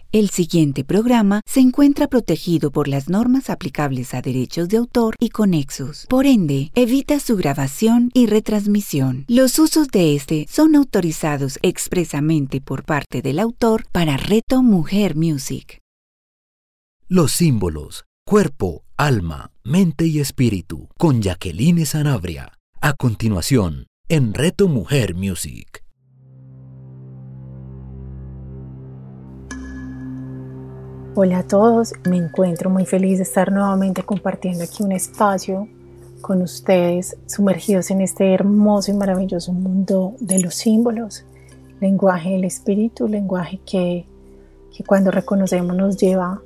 El siguiente programa se encuentra protegido por las normas aplicables a derechos de autor y conexos. Por ende, evita su grabación y retransmisión. Los usos de este son autorizados expresamente por parte del autor para Reto Mujer Music. Los símbolos, cuerpo, alma, mente y espíritu, con Jacqueline Sanabria. A continuación, en Reto Mujer Music. Hola a todos, me encuentro muy feliz de estar nuevamente compartiendo aquí un espacio con ustedes, sumergidos en este hermoso y maravilloso mundo de los símbolos, lenguaje del espíritu, lenguaje que cuando reconocemos nos lleva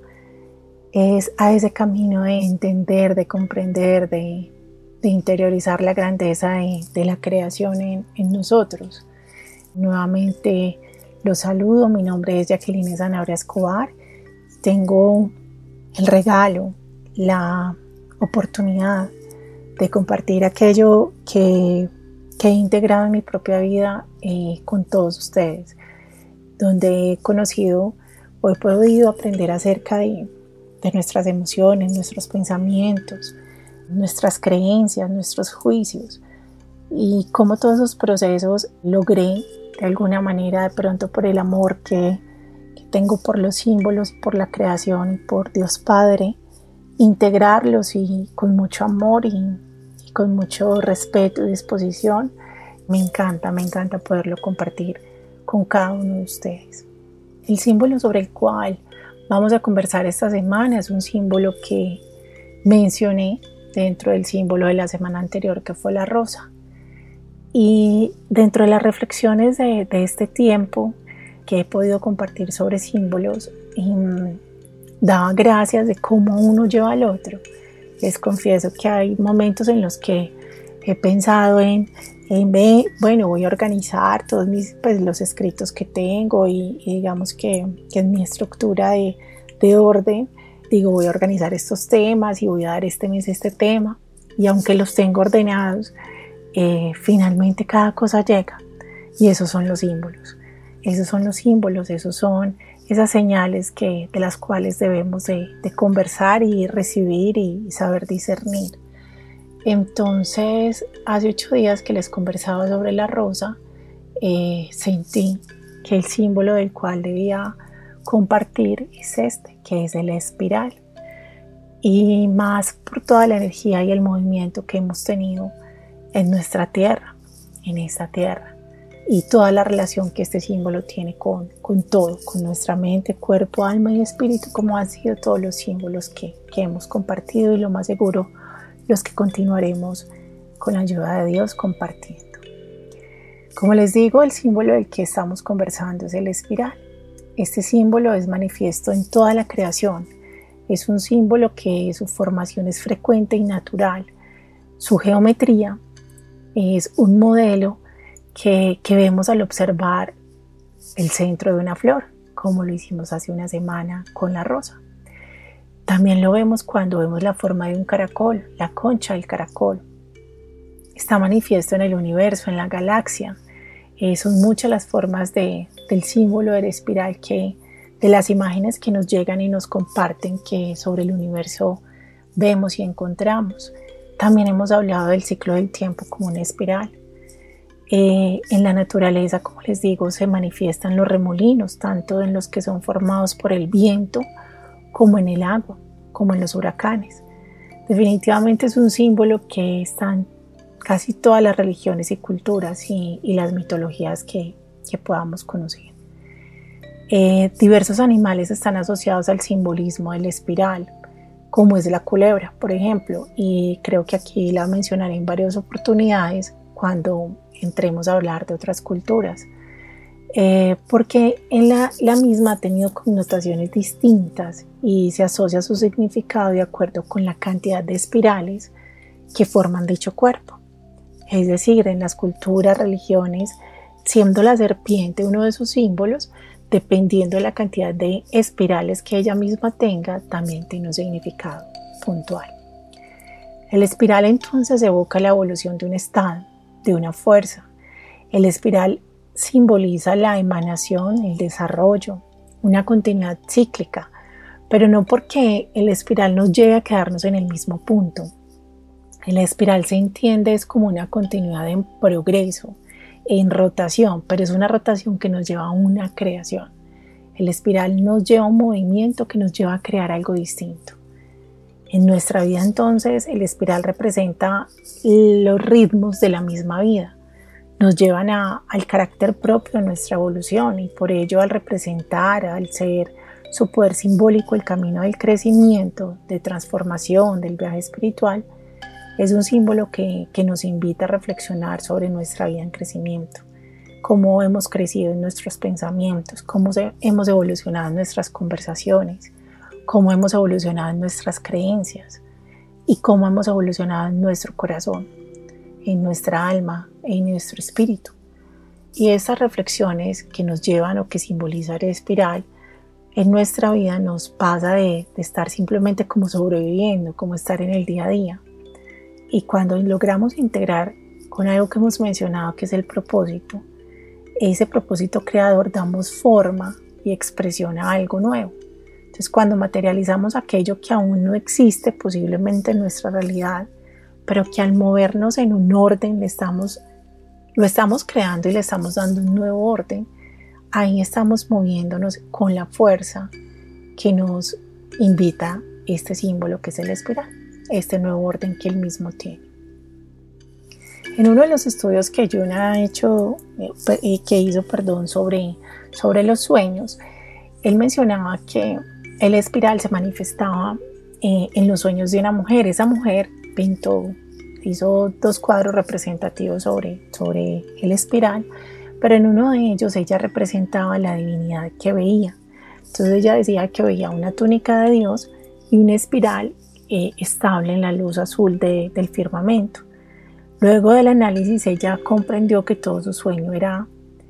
a ese camino de entender, de comprender, de interiorizar la grandeza de la creación en nosotros. Nuevamente los saludo, mi nombre es Jacqueline Sanabria Escobar. Tengo el regalo, la oportunidad de compartir aquello que he integrado en mi propia vida con todos ustedes, donde he conocido o he podido aprender acerca de nuestras emociones, nuestros pensamientos, nuestras creencias, nuestros juicios y cómo todos esos procesos logré de alguna manera, de pronto por el amor que tengo por los símbolos, por la creación y por Dios Padre, integrarlos y con mucho amor y con mucho respeto y disposición. Me encanta poderlo compartir con cada uno de ustedes. El símbolo sobre el cual vamos a conversar esta semana es un símbolo que mencioné dentro del símbolo de la semana anterior, que fue la rosa. Y dentro de las reflexiones de este tiempo que he podido compartir sobre símbolos, daba gracias de cómo uno lleva al otro. Les confieso que hay momentos en los que he pensado bueno, voy a organizar todos los escritos que tengo y digamos que en mi estructura de orden, digo, voy a organizar estos temas y voy a dar este mes este tema. Y aunque los tengo ordenados, finalmente cada cosa llega. Y esos son los símbolos. Esos son los símbolos, esos son esas señales de las cuales debemos de conversar y recibir y saber discernir. Entonces, hace 8 días que les conversaba sobre la rosa, sentí que el símbolo del cual debía compartir es este, que es el espiral. Y más por toda la energía y el movimiento que hemos tenido en nuestra tierra, en esta tierra. Y toda la relación que este símbolo tiene con todo, con nuestra mente, cuerpo, alma y espíritu, como han sido todos los símbolos que hemos compartido y lo más seguro los que continuaremos con la ayuda de Dios compartiendo. Como les digo, el símbolo del que estamos conversando es el espiral. Este símbolo es manifiesto en toda la creación. Es un símbolo que su formación es frecuente y natural. Su geometría es un modelo que vemos al observar el centro de una flor, como lo hicimos hace una semana con la rosa. También lo vemos cuando vemos la forma de un caracol, la concha del caracol. Está manifiesto en el universo, en la galaxia. Son muchas las formas del símbolo del espiral, de las imágenes que nos llegan y nos comparten que sobre el universo vemos y encontramos. También hemos hablado del ciclo del tiempo como una espiral. En la naturaleza, como les digo, se manifiestan los remolinos, tanto en los que son formados por el viento, como en el agua, como en los huracanes. Definitivamente es un símbolo que está en casi todas las religiones y culturas y las mitologías que podamos conocer. Diversos animales están asociados al simbolismo del espiral, como es la culebra, por ejemplo, y creo que aquí la mencionaré en varias oportunidades cuando entremos a hablar de otras culturas, porque en la misma ha tenido connotaciones distintas y se asocia su significado de acuerdo con la cantidad de espirales que forman dicho cuerpo. Es decir, en las culturas, religiones, siendo la serpiente uno de sus símbolos, dependiendo de la cantidad de espirales que ella misma tenga, también tiene un significado puntual. El espiral entonces evoca la evolución de un estado, de una fuerza. El espiral simboliza la emanación, el desarrollo, una continuidad cíclica, pero no porque el espiral nos lleve a quedarnos en el mismo punto. La espiral se entiende es como una continuidad en progreso, en rotación, pero es una rotación que nos lleva a una creación. El espiral nos lleva a un movimiento que nos lleva a crear algo distinto. En nuestra vida entonces el espiral representa los ritmos de la misma vida. Nos llevan al carácter propio de nuestra evolución y por ello al representar, al ser su poder simbólico, el camino del crecimiento, de transformación, del viaje espiritual, es un símbolo que nos invita a reflexionar sobre nuestra vida en crecimiento, cómo hemos crecido en nuestros pensamientos, cómo hemos evolucionado en nuestras conversaciones, cómo hemos evolucionado en nuestras creencias y cómo hemos evolucionado en nuestro corazón, en nuestra alma, en nuestro espíritu. Y estas reflexiones que nos llevan o que simboliza la espiral en nuestra vida nos pasa de estar simplemente como sobreviviendo, como estar en el día a día. Y cuando logramos integrar con algo que hemos mencionado, que es el propósito, ese propósito creador damos forma y expresión a algo nuevo. Entonces, cuando materializamos aquello que aún no existe posiblemente en nuestra realidad, pero que al movernos en un orden lo estamos creando y le estamos dando un nuevo orden, ahí estamos moviéndonos con la fuerza que nos invita este símbolo que es el espiral, este nuevo orden que él mismo tiene. En uno de los estudios que Jung ha hecho, sobre los sueños, él mencionaba que el espiral se manifestaba en los sueños de una mujer. Esa mujer hizo 2 cuadros representativos sobre el espiral, pero en uno de ellos ella representaba la divinidad que veía. Entonces ella decía que veía una túnica de Dios y una espiral estable en la luz azul del firmamento. Luego del análisis ella comprendió que todo su sueño era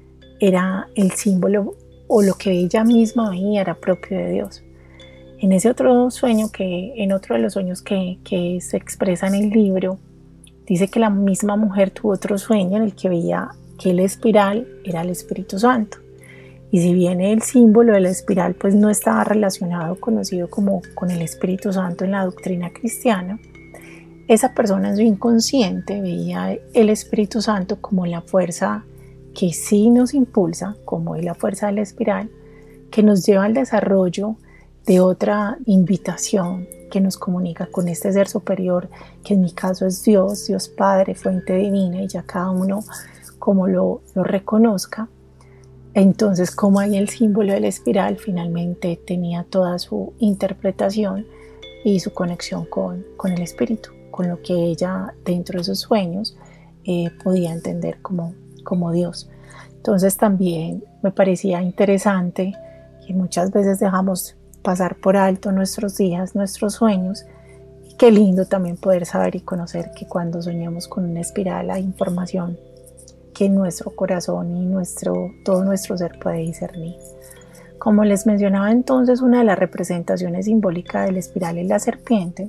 el símbolo o lo que ella misma veía era propio de Dios. En otro de los sueños que se expresa en el libro, dice que la misma mujer tuvo otro sueño en el que veía que el espiral era el Espíritu Santo. Y si bien el símbolo de la espiral pues no estaba conocido como con el Espíritu Santo en la doctrina cristiana, esa persona en su inconsciente veía el Espíritu Santo como la fuerza que sí nos impulsa, como es la fuerza de la espiral, que nos lleva al desarrollo de otra invitación que nos comunica con este ser superior, que en mi caso es Dios Padre, fuente divina, y ya cada uno como lo reconozca. Entonces, como ahí el símbolo de la espiral finalmente tenía toda su interpretación y su conexión con el espíritu, con lo que ella dentro de sus sueños podía entender como Dios. Entonces también me parecía interesante que muchas veces dejamos pasar por alto nuestros días, nuestros sueños. Y qué lindo también poder saber y conocer que cuando soñamos con una espiral hay información que nuestro corazón y todo nuestro ser puede discernir. Como les mencionaba entonces, una de las representaciones simbólicas de la espiral es la serpiente.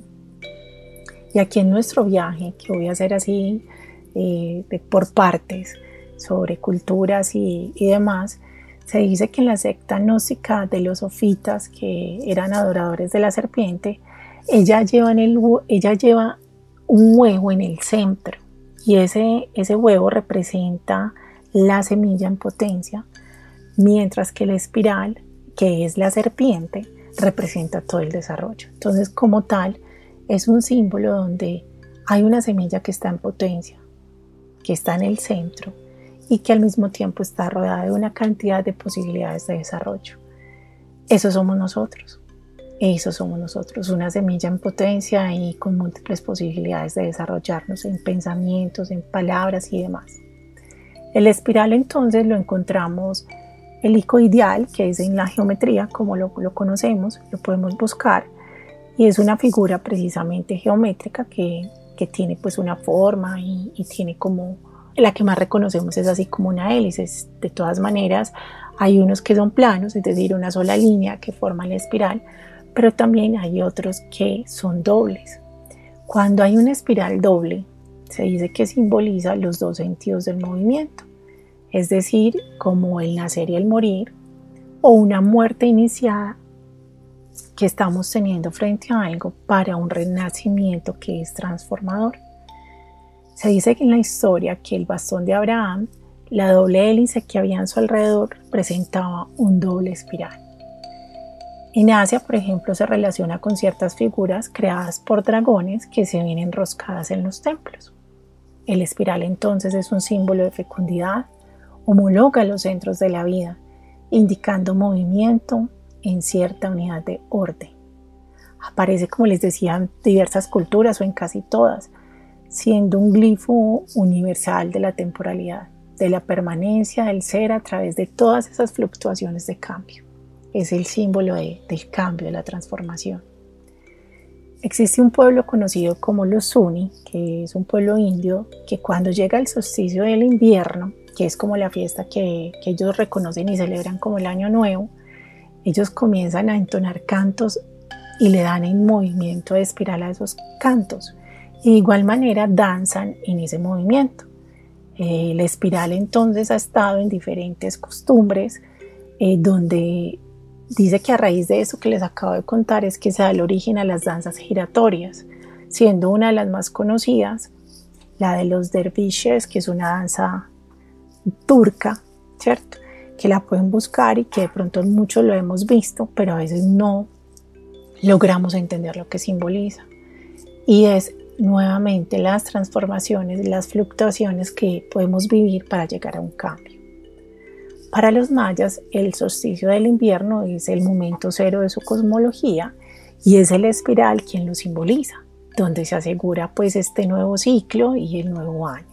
Y aquí en nuestro viaje, que voy a hacer así por partes, sobre culturas y demás, se dice que en la secta gnóstica de los sofitas, que eran adoradores de la serpiente, ella lleva un huevo en el centro, y ese huevo representa la semilla en potencia, mientras que la espiral, que es la serpiente, representa todo el desarrollo. Entonces, como tal, es un símbolo donde hay una semilla que está en potencia, que está en el centro y que al mismo tiempo está rodeada de una cantidad de posibilidades de desarrollo. Eso somos nosotros, una semilla en potencia y con múltiples posibilidades de desarrollarnos en pensamientos, en palabras y demás. El espiral entonces lo encontramos helicoidal, que es en la geometría como lo conocemos, lo podemos buscar, y es una figura precisamente geométrica que tiene pues una forma y tiene como, la que más reconocemos es así como una hélice. De todas maneras hay unos que son planos, es decir, una sola línea que forma la espiral, pero también hay otros que son dobles. Cuando hay una espiral doble, se dice que simboliza los 2 sentidos del movimiento, es decir, como el nacer y el morir, o una muerte iniciada que estamos teniendo frente a algo para un renacimiento que es transformador. Se dice que en la historia que el bastón de Abraham, la doble hélice que había en su alrededor, representaba un doble espiral. En Asia, por ejemplo, se relaciona con ciertas figuras creadas por dragones que se ven enroscadas en los templos. El espiral entonces es un símbolo de fecundidad, homologa los centros de la vida, indicando movimiento en cierta unidad de orden. Aparece, como les decía, en diversas culturas o en casi todas, siendo un glifo universal de la temporalidad, de la permanencia del ser a través de todas esas fluctuaciones de cambio. Es el símbolo del cambio, de la transformación. Existe un pueblo conocido como los Suni, que es un pueblo indio, que cuando llega el solsticio del invierno, que es como la fiesta que ellos reconocen y celebran como el Año Nuevo, ellos comienzan a entonar cantos y le dan en movimiento de espiral a esos cantos. Y de igual manera danzan en ese movimiento. La espiral entonces ha estado en diferentes costumbres, donde dice que a raíz de eso que les acabo de contar es que se da el origen a las danzas giratorias, siendo una de las más conocidas la de los dervishes, que es una danza turca, ¿cierto? Que la pueden buscar y que de pronto muchos lo hemos visto, pero a veces no logramos entender lo que simboliza. Y es nuevamente las transformaciones, las fluctuaciones que podemos vivir para llegar a un cambio. Para los mayas, el solsticio del invierno es el momento cero de su cosmología y es el espiral quien lo simboliza, donde se asegura pues este nuevo ciclo y el nuevo año.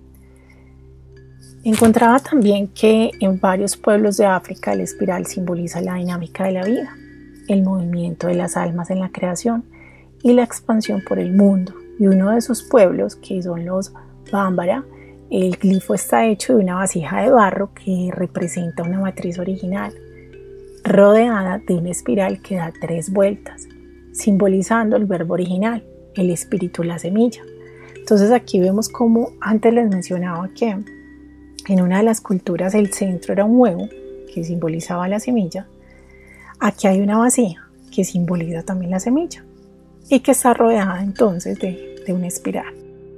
Encontraba también que en varios pueblos de África el espiral simboliza la dinámica de la vida, el movimiento de las almas en la creación y la expansión por el mundo. Y uno de esos pueblos, que son los Bambara, el glifo está hecho de una vasija de barro que representa una matriz original, rodeada de una espiral que da 3 vueltas, simbolizando el verbo original, el espíritu, la semilla. Entonces aquí vemos como antes les mencionaba que en una de las culturas el centro era un huevo que simbolizaba la semilla. Aquí hay una vasija que simboliza también la semilla y que está rodeada entonces de una espiral.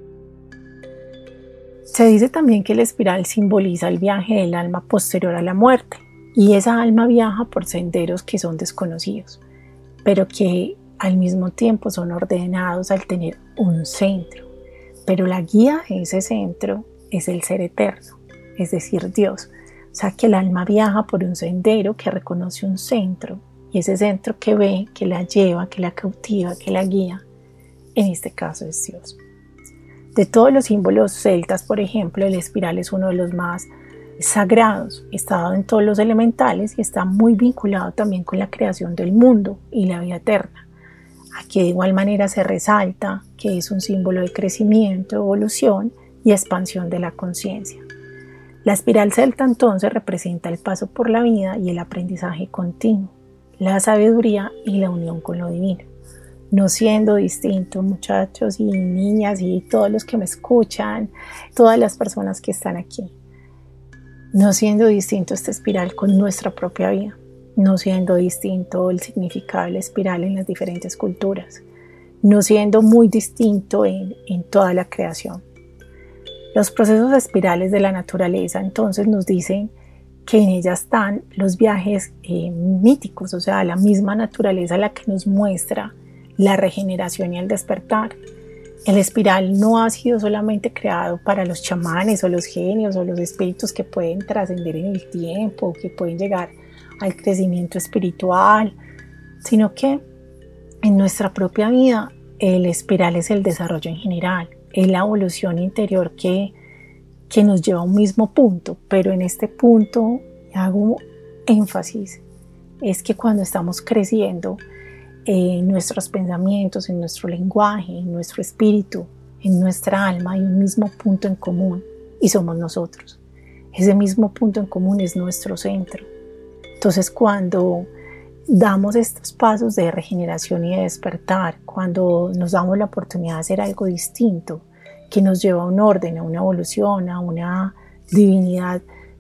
Se dice también que la espiral simboliza el viaje del alma posterior a la muerte y esa alma viaja por senderos que son desconocidos, pero que al mismo tiempo son ordenados al tener un centro. Pero la guía de ese centro es el ser eterno, es decir, Dios. O sea que el alma viaja por un sendero que reconoce un centro y ese centro que ve, que la lleva, que la cautiva, que la guía, en este caso es Dios. De todos los símbolos celtas, por ejemplo, el espiral es uno de los más sagrados, está dado en todos los elementales y está muy vinculado también con la creación del mundo y la vida eterna. Aquí de igual manera se resalta que es un símbolo de crecimiento, evolución y expansión de la conciencia. La espiral celta entonces representa el paso por la vida y el aprendizaje continuo, la sabiduría y la unión con lo divino. No siendo distinto, muchachos y niñas y todos los que me escuchan, todas las personas que están aquí, no siendo distinto esta espiral con nuestra propia vida, no siendo distinto el significado de la espiral en las diferentes culturas, no siendo muy distinto en toda la creación. Los procesos espirales de la naturaleza entonces nos dicen que en ella están los viajes míticos, o sea, la misma naturaleza la que nos muestra la regeneración y el despertar. El espiral no ha sido solamente creado para los chamanes o los genios o los espíritus que pueden trascender en el tiempo, que pueden llegar al crecimiento espiritual, sino que en nuestra propia vida el espiral es el desarrollo en general, es la evolución interior que nos lleva a un mismo punto, pero en este punto hago énfasis, es que cuando estamos creciendo en nuestros pensamientos, en nuestro lenguaje, en nuestro espíritu, en nuestra alma hay un mismo punto en común y somos nosotros. Ese mismo punto en común es nuestro centro. Entonces cuando damos estos pasos de regeneración y de despertar, cuando nos damos la oportunidad de hacer algo distinto, que nos lleva a un orden, a una evolución, a una divinidad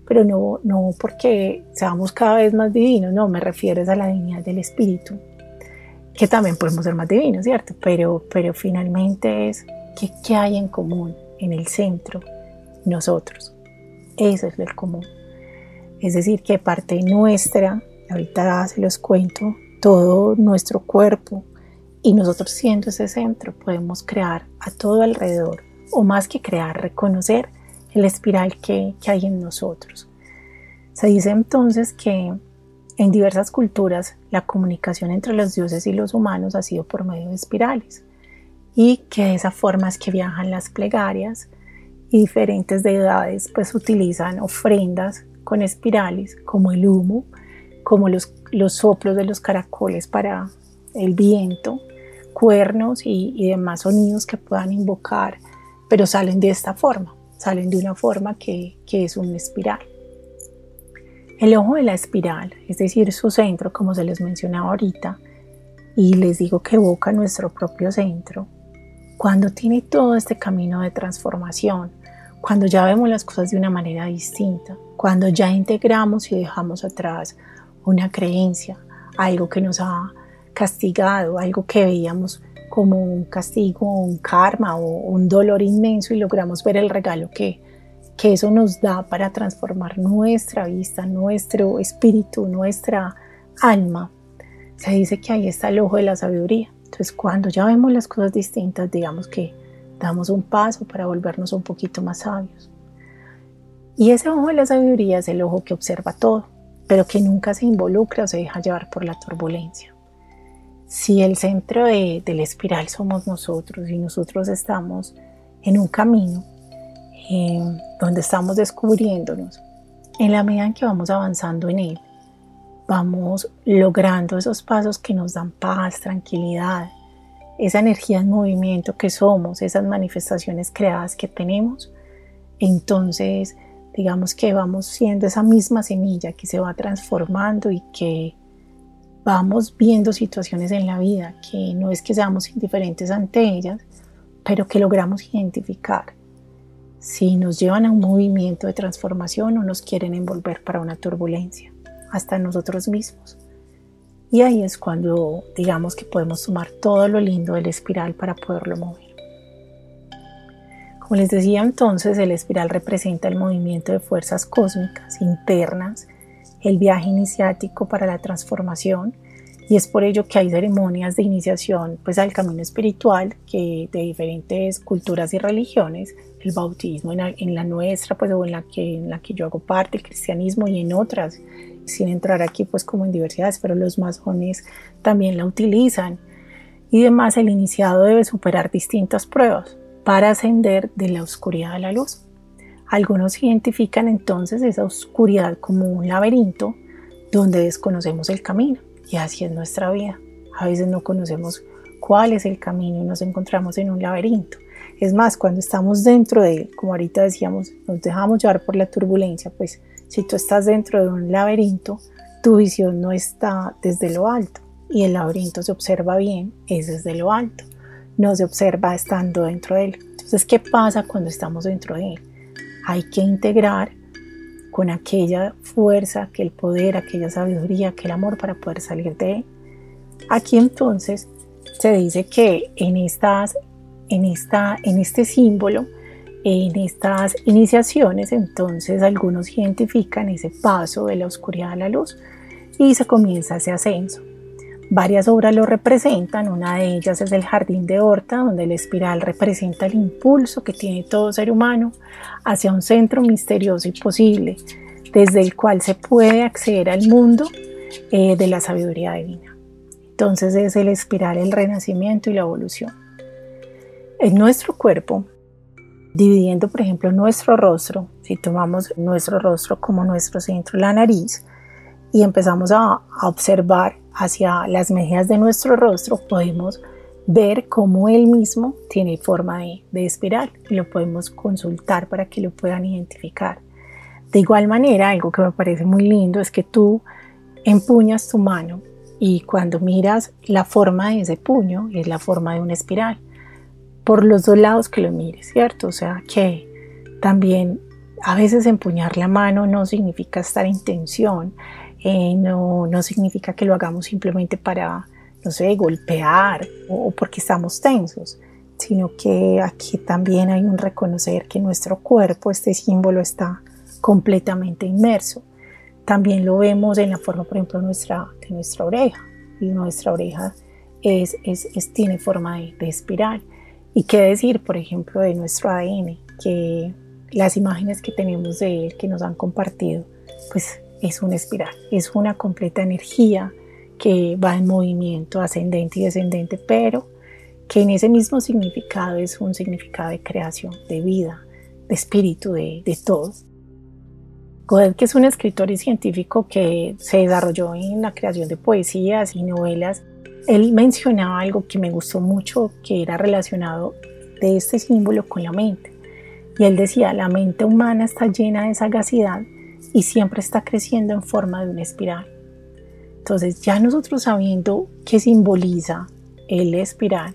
pero no porque seamos cada vez más divinos, no, me refiero a la divinidad del espíritu, que también podemos ser más divinos, ¿cierto? Pero finalmente es ¿qué hay en común en el centro? Nosotros. Eso es el común. Es decir, que parte nuestra, ahorita se los cuento, todo nuestro cuerpo, y nosotros siendo ese centro podemos crear a todo alrededor, o más que crear, reconocer el espiral que hay en nosotros. Se dice entonces que en diversas culturas la comunicación entre los dioses y los humanos ha sido por medio de espirales, y que de esa forma es que viajan las plegarias, y diferentes deidades pues utilizan ofrendas con espirales, como el humo, como los soplos de los caracoles para el viento, cuernos y demás sonidos que puedan invocar, pero salen de esta forma, salen de una forma que es una espiral. El ojo de la espiral, es decir, su centro, como se les mencionaba ahorita, y les digo que evoca nuestro propio centro, cuando tiene todo este camino de transformación, cuando ya vemos las cosas de una manera distinta, cuando ya integramos y dejamos atrás una creencia, algo que nos ha castigado, algo que veíamos como un castigo, un karma o un dolor inmenso, y logramos ver el regalo que eso nos da para transformar nuestra vista, nuestro espíritu, nuestra alma. Se dice que ahí está el ojo de la sabiduría. Entonces, cuando ya vemos las cosas distintas, digamos que damos un paso para volvernos un poquito más sabios. Y ese ojo de la sabiduría es el ojo que observa todo, pero que nunca se involucra o se deja llevar por la turbulencia. Si el centro de la espiral somos nosotros, y nosotros estamos en un camino donde estamos descubriéndonos, en la medida en que vamos avanzando en él, vamos logrando esos pasos que nos dan paz, tranquilidad, esa energía en movimiento que somos, esas manifestaciones creadas que tenemos. Entonces, digamos que vamos siendo esa misma semilla que se va transformando y que vamos viendo situaciones en la vida que no es que seamos indiferentes ante ellas, pero que logramos identificar si nos llevan a un movimiento de transformación o nos quieren envolver para una turbulencia, hasta nosotros mismos. Y ahí es cuando digamos que podemos tomar todo lo lindo del espiral para poderlo mover. Como les decía entonces, el espiral representa el movimiento de fuerzas cósmicas internas, el viaje iniciático para la transformación, y es por ello que hay ceremonias de iniciación pues al camino espiritual que de diferentes culturas y religiones, el bautismo en la nuestra pues, o en la que yo hago parte, el cristianismo, y en otras, sin entrar aquí pues como en diversidades, pero los masones también la utilizan. Y demás, el iniciado debe superar distintas pruebas para ascender de la oscuridad a la luz. Algunos identifican entonces esa oscuridad como un laberinto donde desconocemos el camino, y así es nuestra vida. A veces no conocemos cuál es el camino y nos encontramos en un laberinto. Es más, cuando estamos dentro de él, como ahorita decíamos, nos dejamos llevar por la turbulencia, pues si tú estás dentro de un laberinto, tu visión no está desde lo alto, y el laberinto se observa bien, es desde lo alto, no se observa estando dentro de él. Entonces, ¿qué pasa cuando estamos dentro de él? Hay que integrar con aquella fuerza, aquel poder, aquella sabiduría, aquel amor para poder salir de él. Aquí entonces se dice que en este símbolo, en estas iniciaciones, entonces algunos identifican ese paso de la oscuridad a la luz y se comienza ese ascenso. Varias obras lo representan, una de ellas es el Jardín de Horta, donde el espiral representa el impulso que tiene todo ser humano hacia un centro misterioso y posible, desde el cual se puede acceder al mundo de la sabiduría divina. Entonces es el espiral, el renacimiento y la evolución. En nuestro cuerpo, dividiendo por ejemplo nuestro rostro, si tomamos nuestro rostro como nuestro centro, la nariz, y empezamos a observar hacia las mejillas de nuestro rostro, podemos ver cómo él mismo tiene forma de espiral, y lo podemos consultar para que lo puedan identificar. De igual manera, algo que me parece muy lindo es que tú empuñas tu mano y cuando miras la forma de ese puño es la forma de una espiral, por los dos lados que lo mires, ¿cierto? O sea que también A veces empuñar la mano no significa estar en tensión, no significa que lo hagamos simplemente para, no sé, golpear o porque estamos tensos, sino que aquí también hay un reconocer que nuestro cuerpo, este símbolo, está completamente inmerso. También lo vemos en la forma, por ejemplo, de nuestra oreja. Y nuestra oreja tiene forma de espiral. Y qué decir, por ejemplo, de nuestro ADN, que las imágenes que tenemos de él, que nos han compartido, pues es una espiral, es una completa energía que va en movimiento ascendente y descendente, pero que en ese mismo significado es un significado de creación, de vida, de espíritu, de todo. Goethe, que es un escritor y científico que se desarrolló en la creación de poesías y novelas, él mencionaba algo que me gustó mucho, que era relacionado de este símbolo con la mente. Y él decía, la mente humana está llena de sagacidad y siempre está creciendo en forma de una espiral. Entonces, ya nosotros sabiendo qué simboliza el espiral,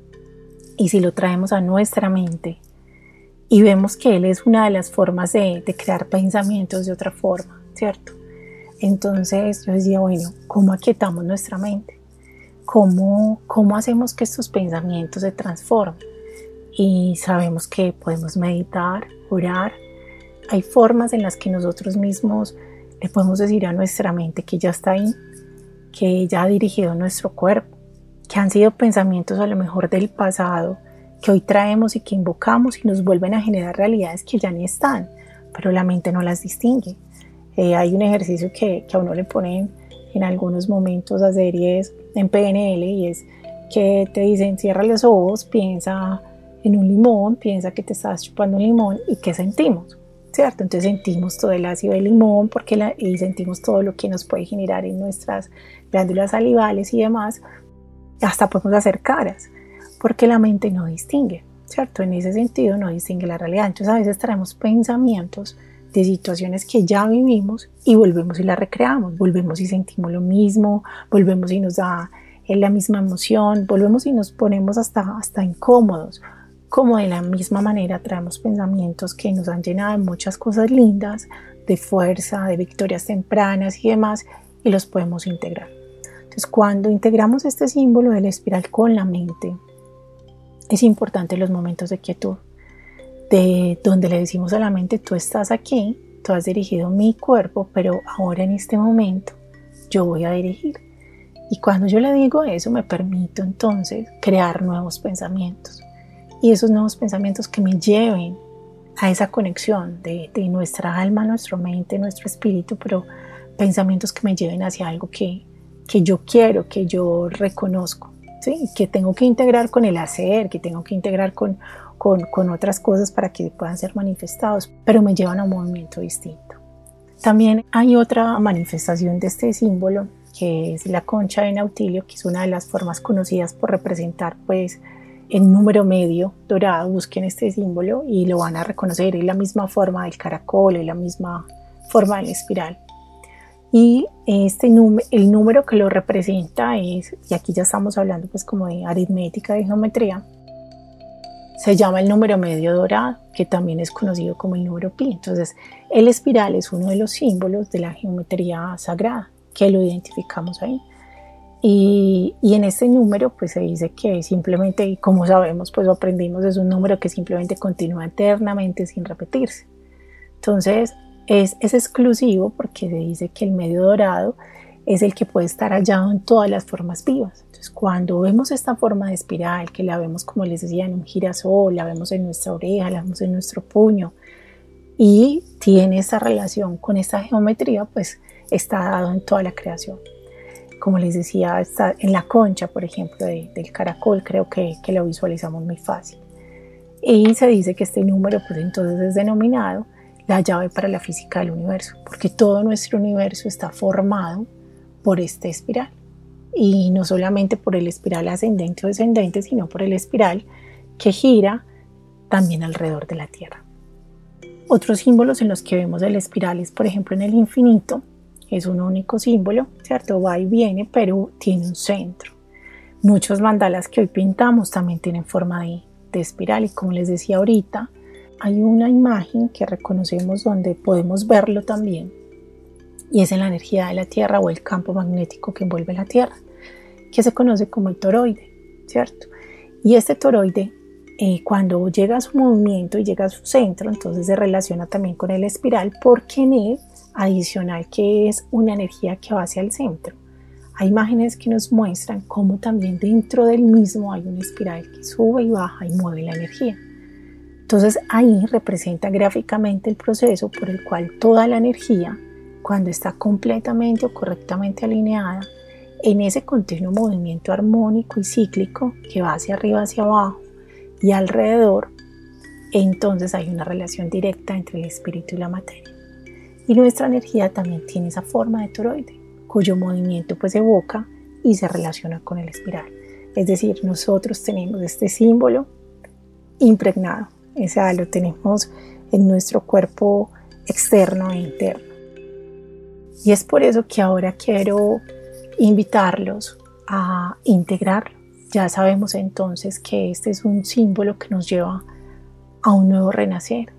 y si lo traemos a nuestra mente y vemos que él es una de las formas de crear pensamientos de otra forma, ¿cierto? Entonces yo decía, bueno, ¿cómo aquietamos nuestra mente? ¿Cómo hacemos que estos pensamientos se transformen? Y sabemos que podemos meditar, orar. Hay formas en las que nosotros mismos le podemos decir a nuestra mente que ya está ahí, que ya ha dirigido nuestro cuerpo, que han sido pensamientos a lo mejor del pasado, que hoy traemos y que invocamos y nos vuelven a generar realidades que ya ni están, pero la mente no las distingue. Hay un ejercicio que a uno le ponen en algunos momentos a hacer y es en PNL, y es que te dicen cierra los ojos, piensa en un limón, piensa que te estás chupando un limón y ¿qué sentimos? ¿Cierto? Entonces sentimos todo el ácido del limón y sentimos todo lo que nos puede generar en nuestras glándulas salivales y demás. Hasta podemos hacer caras, porque la mente no distingue, ¿cierto? En ese sentido no distingue la realidad. Entonces a veces traemos pensamientos de situaciones que ya vivimos y volvemos y las recreamos, volvemos y sentimos lo mismo, volvemos y nos da la misma emoción, volvemos y nos ponemos hasta incómodos. Como de la misma manera traemos pensamientos que nos han llenado de muchas cosas lindas, de fuerza, de victorias tempranas y demás, y los podemos integrar. Entonces, cuando integramos este símbolo de la espiral con la mente, es importante los momentos de quietud, de donde le decimos a la mente, tú estás aquí, tú has dirigido mi cuerpo, pero ahora en este momento yo voy a dirigir. Y cuando yo le digo eso, me permito entonces crear nuevos pensamientos. Y esos nuevos pensamientos que me lleven a esa conexión de nuestra alma, nuestra mente, nuestro espíritu, pero pensamientos que me lleven hacia algo que yo quiero, que yo reconozco, ¿sí? Que tengo que integrar con el hacer, que tengo que integrar con otras cosas para que puedan ser manifestados, pero me llevan a un movimiento distinto. También hay otra manifestación de este símbolo, que es la concha de Nautilio, que es una de las formas conocidas por representar pues el número medio dorado. Busquen este símbolo y lo van a reconocer, es la misma forma del caracol, es la misma forma del espiral. Y el número que lo representa es, y aquí ya estamos hablando pues como de aritmética, de geometría, se llama el número medio dorado, que también es conocido como el número pi. Entonces el espiral es uno de los símbolos de la geometría sagrada, que lo identificamos ahí. Y en este número pues se dice que simplemente, y como sabemos pues lo aprendimos, es un número que simplemente continúa eternamente sin repetirse. Entonces es exclusivo porque se dice que el medio dorado es el que puede estar hallado en todas las formas vivas. Entonces cuando vemos esta forma de espiral, que la vemos como les decía en un girasol, la vemos en nuestra oreja, la vemos en nuestro puño y tiene esta relación con esta geometría, pues está dado en toda la creación. Como les decía, está en la concha, por ejemplo, del caracol, creo que lo visualizamos muy fácil. Y se dice que este número pues entonces es denominado la llave para la física del universo, porque todo nuestro universo está formado por este espiral. Y no solamente por el espiral ascendente o descendente, sino por el espiral que gira también alrededor de la Tierra. Otros símbolos en los que vemos el espiral es, por ejemplo, en el infinito. Es un único símbolo, ¿cierto? Va y viene, pero tiene un centro. Muchos mandalas que hoy pintamos también tienen forma de espiral, y como les decía ahorita, hay una imagen que reconocemos donde podemos verlo también, y es en la energía de la Tierra o el campo magnético que envuelve la Tierra, que se conoce como el toroide, ¿cierto? Y este toroide, cuando llega a su movimiento y llega a su centro, entonces se relaciona también con el espiral, porque en él, adicional que es una energía que va hacia el centro, hay imágenes que nos muestran cómo también dentro del mismo hay una espiral que sube y baja y mueve la energía. Entonces ahí representa gráficamente el proceso por el cual toda la energía, cuando está completamente o correctamente alineada en ese continuo movimiento armónico y cíclico que va hacia arriba, hacia abajo y alrededor, entonces hay una relación directa entre el espíritu y la materia. Y nuestra energía también tiene esa forma de toroide, cuyo movimiento pues evoca y se relaciona con el espiral. Es decir, nosotros tenemos este símbolo impregnado, o sea, lo tenemos en nuestro cuerpo externo e interno. Y es por eso que ahora quiero invitarlos a integrarlo. Ya sabemos entonces que este es un símbolo que nos lleva a un nuevo renacer,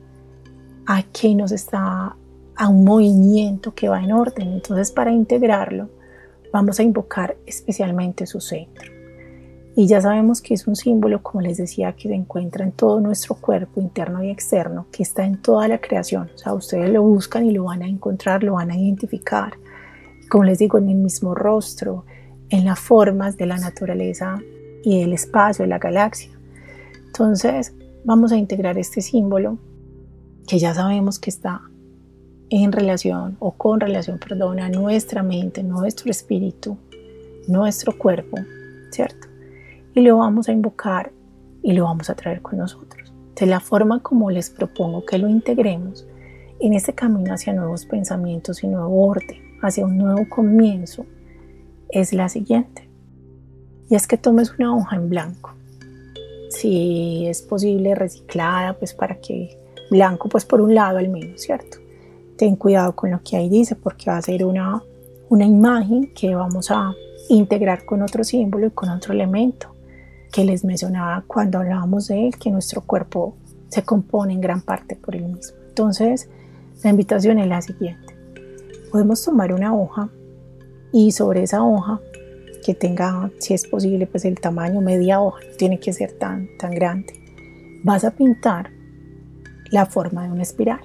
a un movimiento que va en orden. Entonces, para integrarlo, vamos a invocar especialmente su centro. Y ya sabemos que es un símbolo, como les decía, que se encuentra en todo nuestro cuerpo interno y externo, que está en toda la creación. O sea, ustedes lo buscan y lo van a encontrar, lo van a identificar. Como les digo, en el mismo rostro, en las formas de la naturaleza y del espacio, de la galaxia. Entonces, vamos a integrar este símbolo, que ya sabemos que está en relación o con relación, a nuestra mente, nuestro espíritu, nuestro cuerpo, ¿cierto? Y lo vamos a invocar y lo vamos a traer con nosotros. De la forma como les propongo que lo integremos en este camino hacia nuevos pensamientos y nuevo orden, hacia un nuevo comienzo, es la siguiente. Y es que tomes una hoja en blanco. Si es posible reciclada, pues para que blanco, pues por un lado al menos, ¿cierto? Ten cuidado con lo que ahí dice, porque va a ser una imagen que vamos a integrar con otro símbolo y con otro elemento que les mencionaba cuando hablábamos de él, que nuestro cuerpo se compone en gran parte por él mismo. Entonces, la invitación es la siguiente. Podemos tomar una hoja y sobre esa hoja, que tenga, si es posible, pues el tamaño media hoja, no tiene que ser tan grande, vas a pintar la forma de una espiral.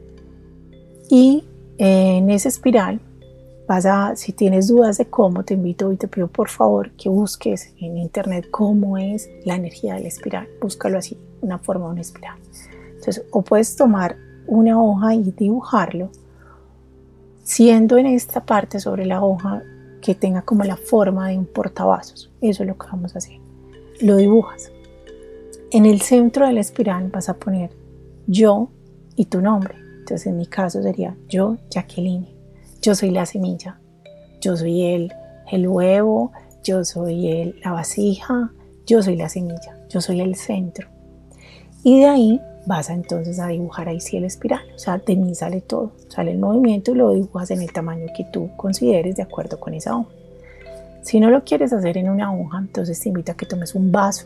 Y en esa espiral si tienes dudas de cómo, te invito y te pido por favor que busques en internet cómo es la energía de la espiral. Búscalo así, una forma de una espiral. Entonces, o puedes tomar una hoja y dibujarlo, siendo en esta parte sobre la hoja que tenga como la forma de un portavasos. Eso es lo que vamos a hacer. Lo dibujas. En el centro de la espiral vas a poner yo y tu nombre. Entonces, en mi caso sería yo, Jacqueline. Yo soy la semilla, yo soy el huevo, yo soy la vasija, yo soy la semilla, yo soy el centro. Y de ahí vas entonces a dibujar ahí sí el espiral. O sea, de mí sale todo, sale el movimiento y lo dibujas en el tamaño que tú consideres de acuerdo con esa hoja. Si no lo quieres hacer en una hoja, entonces te invito a que tomes un vaso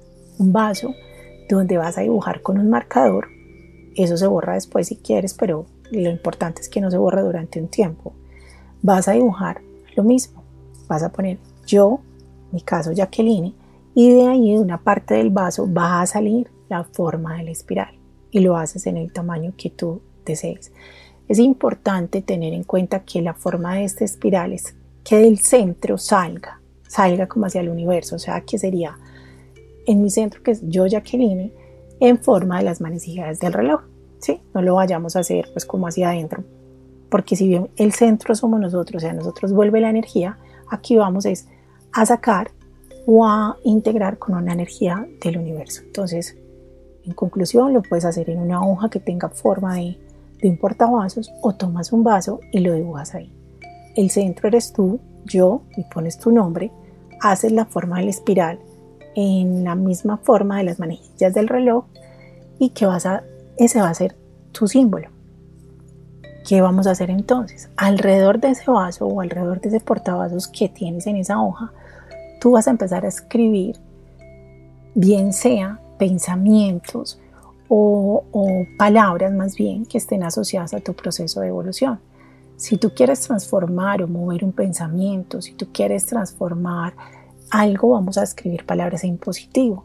donde vas a dibujar con un marcador. Eso se borra después si quieres, pero lo importante es que no se borre durante un tiempo. Vas a dibujar lo mismo. Vas a poner yo, en mi caso Jacqueline, y de ahí de una parte del vaso va a salir la forma de la espiral y lo haces en el tamaño que tú desees. Es importante tener en cuenta que la forma de esta espiral es que del centro salga como hacia el universo, o sea que sería en mi centro, que es yo Jacqueline, en forma de las manecillas del reloj. ¿Sí? No lo vayamos a hacer pues como hacia adentro, porque si bien el centro somos nosotros, o sea, nosotros vuelve la energía, aquí vamos es a sacar o a integrar con una energía del universo. Entonces, en conclusión, lo puedes hacer en una hoja que tenga forma de un portavasos, o tomas un vaso y lo dibujas ahí. El centro eres tú, yo, y pones tu nombre, haces la forma de la espiral en la misma forma de las manejillas del reloj y ese va a ser tu símbolo. ¿Qué vamos a hacer entonces? Alrededor de ese vaso o alrededor de ese portavasos que tienes en esa hoja, tú vas a empezar a escribir, bien sea pensamientos o palabras más bien que estén asociadas a tu proceso de evolución. Si tú quieres transformar o mover un pensamiento, si tú quieres transformar algo, vamos a escribir palabras en positivo.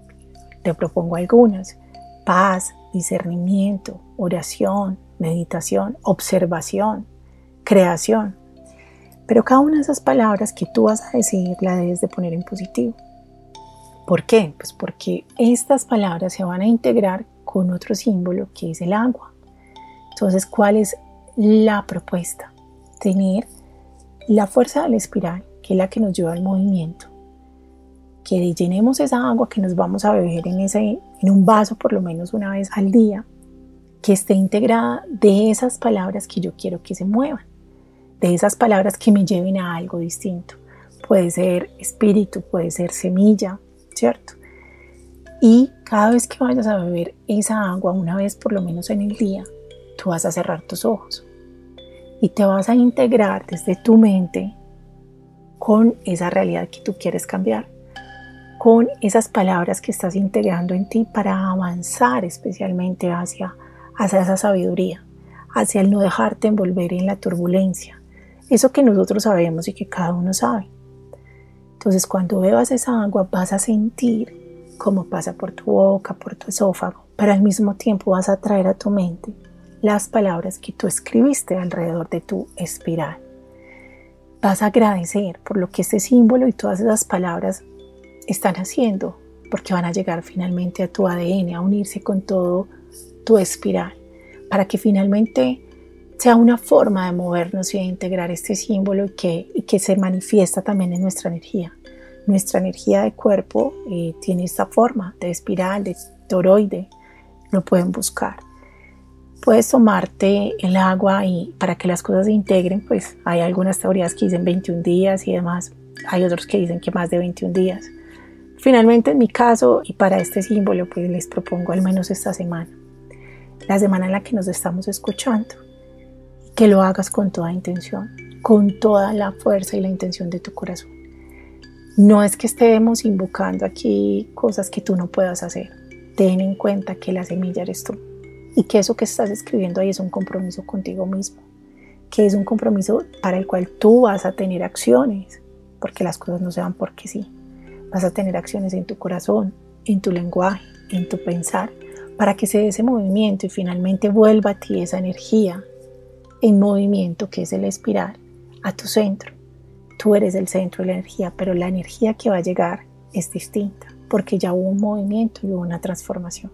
Te propongo algunas: paz, discernimiento, oración, meditación, observación, creación. Pero cada una de esas palabras que tú vas a decir la debes de poner en positivo. ¿Por qué? Pues porque estas palabras se van a integrar con otro símbolo que es el agua. Entonces, ¿cuál es la propuesta? Tener la fuerza de la espiral, que es la que nos lleva al movimiento. Que llenemos esa agua que nos vamos a beber en un vaso por lo menos una vez al día, que esté integrada de esas palabras que yo quiero que se muevan, de esas palabras que me lleven a algo distinto. Puede ser espíritu, puede ser semilla, ¿cierto? Y cada vez que vayas a beber esa agua, una vez por lo menos en el día, tú vas a cerrar tus ojos y te vas a integrar desde tu mente con esa realidad que tú quieres cambiar, con esas palabras que estás integrando en ti para avanzar especialmente hacia esa sabiduría, hacia el no dejarte envolver en la turbulencia, eso que nosotros sabemos y que cada uno sabe. Entonces, cuando bebas esa agua vas a sentir cómo pasa por tu boca, por tu esófago, pero al mismo tiempo vas a traer a tu mente las palabras que tú escribiste alrededor de tu espiral. Vas a agradecer por lo que este símbolo y todas esas palabras están haciendo, porque van a llegar finalmente a tu ADN, a unirse con todo tu espiral, para que finalmente sea una forma de movernos y de integrar este símbolo y que se manifiesta también en nuestra energía. Nuestra energía de cuerpo tiene esta forma de espiral, de toroide, lo pueden buscar. Puedes tomarte el agua y para que las cosas se integren, pues hay algunas teorías que dicen 21 días y demás, hay otros que dicen que más de 21 días. Finalmente, en mi caso y para este símbolo, pues les propongo al menos esta semana, la semana en la que nos estamos escuchando, que lo hagas con toda intención, con toda la fuerza y la intención de tu corazón. No es que estemos invocando aquí cosas que tú no puedas hacer. Ten en cuenta que la semilla eres tú y que eso que estás escribiendo ahí es un compromiso contigo mismo, que es un compromiso para el cual tú vas a tener acciones, porque las cosas no se dan porque sí. Vas a tener acciones en tu corazón, en tu lenguaje, en tu pensar, para que se dé ese movimiento y finalmente vuelva a ti esa energía en movimiento que es el espiral a tu centro. Tú eres el centro de la energía, pero la energía que va a llegar es distinta porque ya hubo un movimiento y hubo una transformación.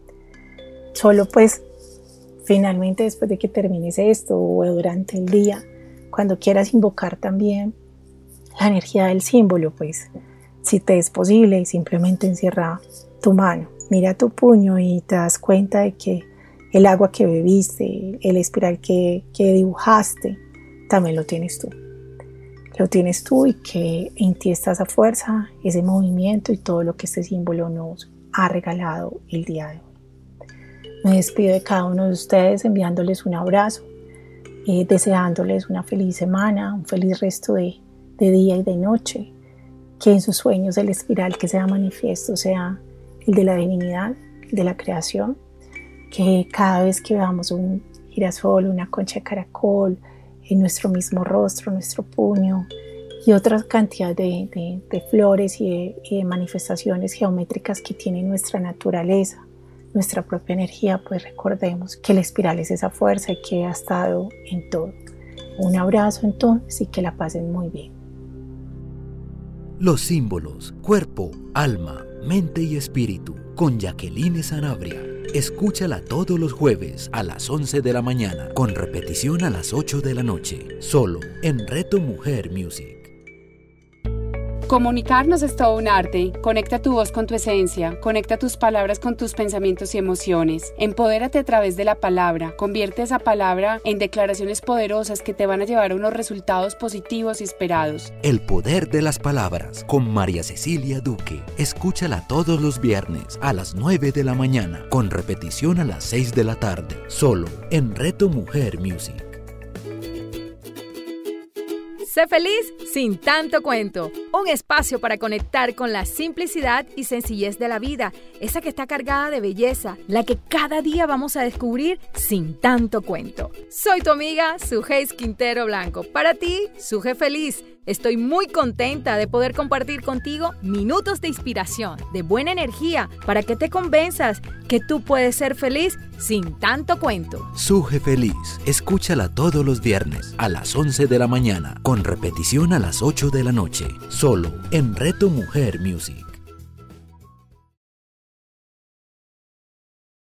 Solo pues finalmente después de que termines esto o durante el día, cuando quieras invocar también la energía del símbolo, pues si te es posible, simplemente encierra tu mano, mira tu puño y te das cuenta de que el agua que bebiste, el espiral que dibujaste, también lo tienes tú. Lo tienes tú y que en ti está esa fuerza, ese movimiento y todo lo que este símbolo nos ha regalado el día de hoy. Me despido de cada uno de ustedes enviándoles un abrazo, deseándoles una feliz semana, un feliz resto de día y de noche. Que en sus sueños el espiral que sea manifiesto sea el de la divinidad, el de la creación. Que cada vez que veamos un girasol, una concha de caracol, en nuestro mismo rostro, nuestro puño y otra cantidad de flores y de manifestaciones geométricas que tiene nuestra naturaleza, nuestra propia energía, pues recordemos que la espiral es esa fuerza y que ha estado en todo. Un abrazo entonces y que la pasen muy bien. Los símbolos, cuerpo, alma, mente y espíritu, con Jacqueline Sanabria. Escúchala todos los jueves a las 11 de la mañana, con repetición a las 8 de la noche, solo en Reto Mujer Music. Comunicarnos es todo un arte. Conecta tu voz con tu esencia, conecta tus palabras con tus pensamientos y emociones. Empodérate a través de la palabra, convierte esa palabra en declaraciones poderosas que te van a llevar a unos resultados positivos y esperados. El poder de las palabras, con María Cecilia Duque. Escúchala todos los viernes a las 9 de la mañana, con repetición a las 6 de la tarde, solo en Reto Mujer Music. Sé feliz sin tanto cuento. Un espacio para conectar con la simplicidad y sencillez de la vida, esa que está cargada de belleza, la que cada día vamos a descubrir sin tanto cuento. Soy tu amiga Sugeis Quintero Blanco. Para ti, Suge Feliz. Estoy muy contenta de poder compartir contigo minutos de inspiración, de buena energía, para que te convenzas que tú puedes ser feliz sin tanto cuento. Suge Feliz, escúchala todos los viernes a las 11 de la mañana, con repetición a las 8 de la noche, solo en Reto Mujer Music.